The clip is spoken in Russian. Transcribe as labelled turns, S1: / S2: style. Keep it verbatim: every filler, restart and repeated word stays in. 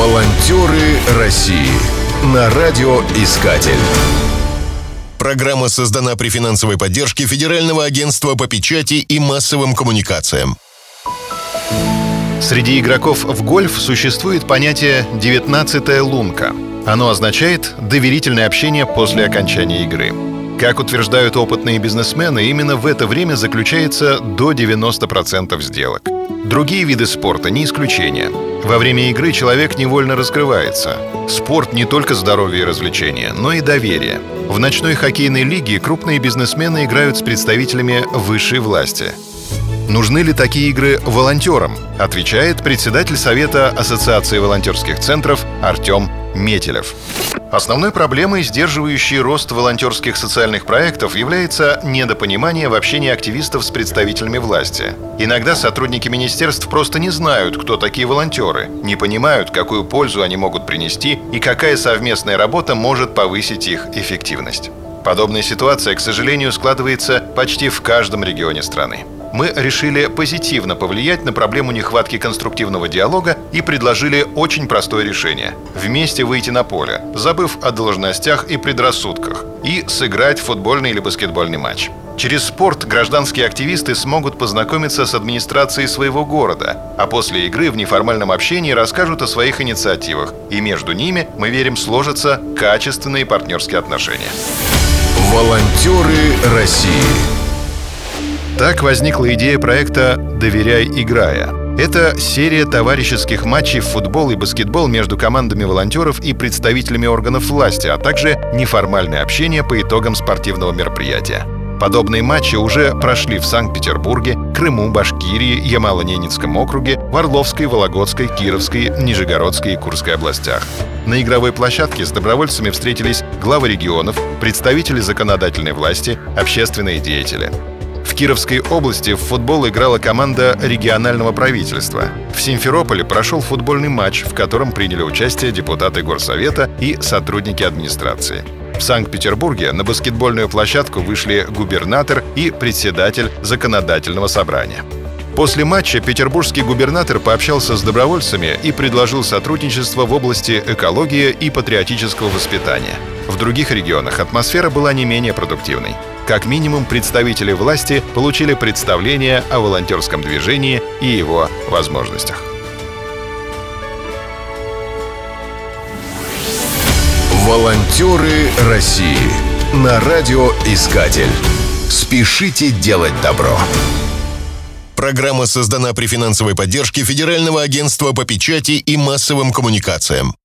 S1: Волонтеры России на радиоискатель. Программа создана при финансовой поддержке Федерального агентства по печати и массовым коммуникациям.
S2: Среди игроков в гольф существует понятие «девятнадцатая лунка». Оно означает доверительное общение после окончания игры. Как утверждают опытные бизнесмены, именно в это время заключается до девяноста процентов сделок. Другие виды спорта не исключение. Во время игры человек невольно раскрывается. Спорт не только здоровье и развлечение, но и доверие. В ночной хоккейной лиге крупные бизнесмены играют с представителями высшей власти. Нужны ли такие игры волонтерам? Отвечает председатель Совета Ассоциации волонтерских центров Артем Метелев. Основной проблемой, сдерживающей рост волонтерских социальных проектов, является недопонимание в общении активистов с представителями власти. Иногда сотрудники министерств просто не знают, кто такие волонтеры, не понимают, какую пользу они могут принести и какая совместная работа может повысить их эффективность. Подобная ситуация, к сожалению, складывается почти в каждом регионе страны. Мы решили позитивно повлиять на проблему нехватки конструктивного диалога и предложили очень простое решение – вместе выйти на поле, забыв о должностях и предрассудках, и сыграть футбольный или баскетбольный матч. Через спорт гражданские активисты смогут познакомиться с администрацией своего города, а после игры в неформальном общении расскажут о своих инициативах, и между ними, мы верим, сложатся качественные партнерские отношения.
S1: Волонтеры России.
S2: Так возникла идея проекта «Доверяй, играя». Это серия товарищеских матчей в футбол и баскетбол между командами волонтеров и представителями органов власти, а также неформальное общение по итогам спортивного мероприятия. Подобные матчи уже прошли в Санкт-Петербурге, Крыму, Башкирии, Ямало-Ненецком округе, в Орловской, Вологодской, Кировской, Нижегородской и Курской областях. На игровой площадке с добровольцами встретились главы регионов, представители законодательной власти, общественные деятели. В Кировской области в футбол играла команда регионального правительства. В Симферополе прошел футбольный матч, в котором приняли участие депутаты горсовета и сотрудники администрации. В Санкт-Петербурге на баскетбольную площадку вышли губернатор и председатель законодательного собрания. После матча петербургский губернатор пообщался с добровольцами и предложил сотрудничество в области экологии и патриотического воспитания. В других регионах атмосфера была не менее продуктивной. Как минимум, представители власти получили представление о волонтерском движении и его возможностях.
S1: Волонтеры России на радиоискатель. Спешите делать добро. Программа создана при финансовой поддержке Федерального агентства по печати и массовым коммуникациям.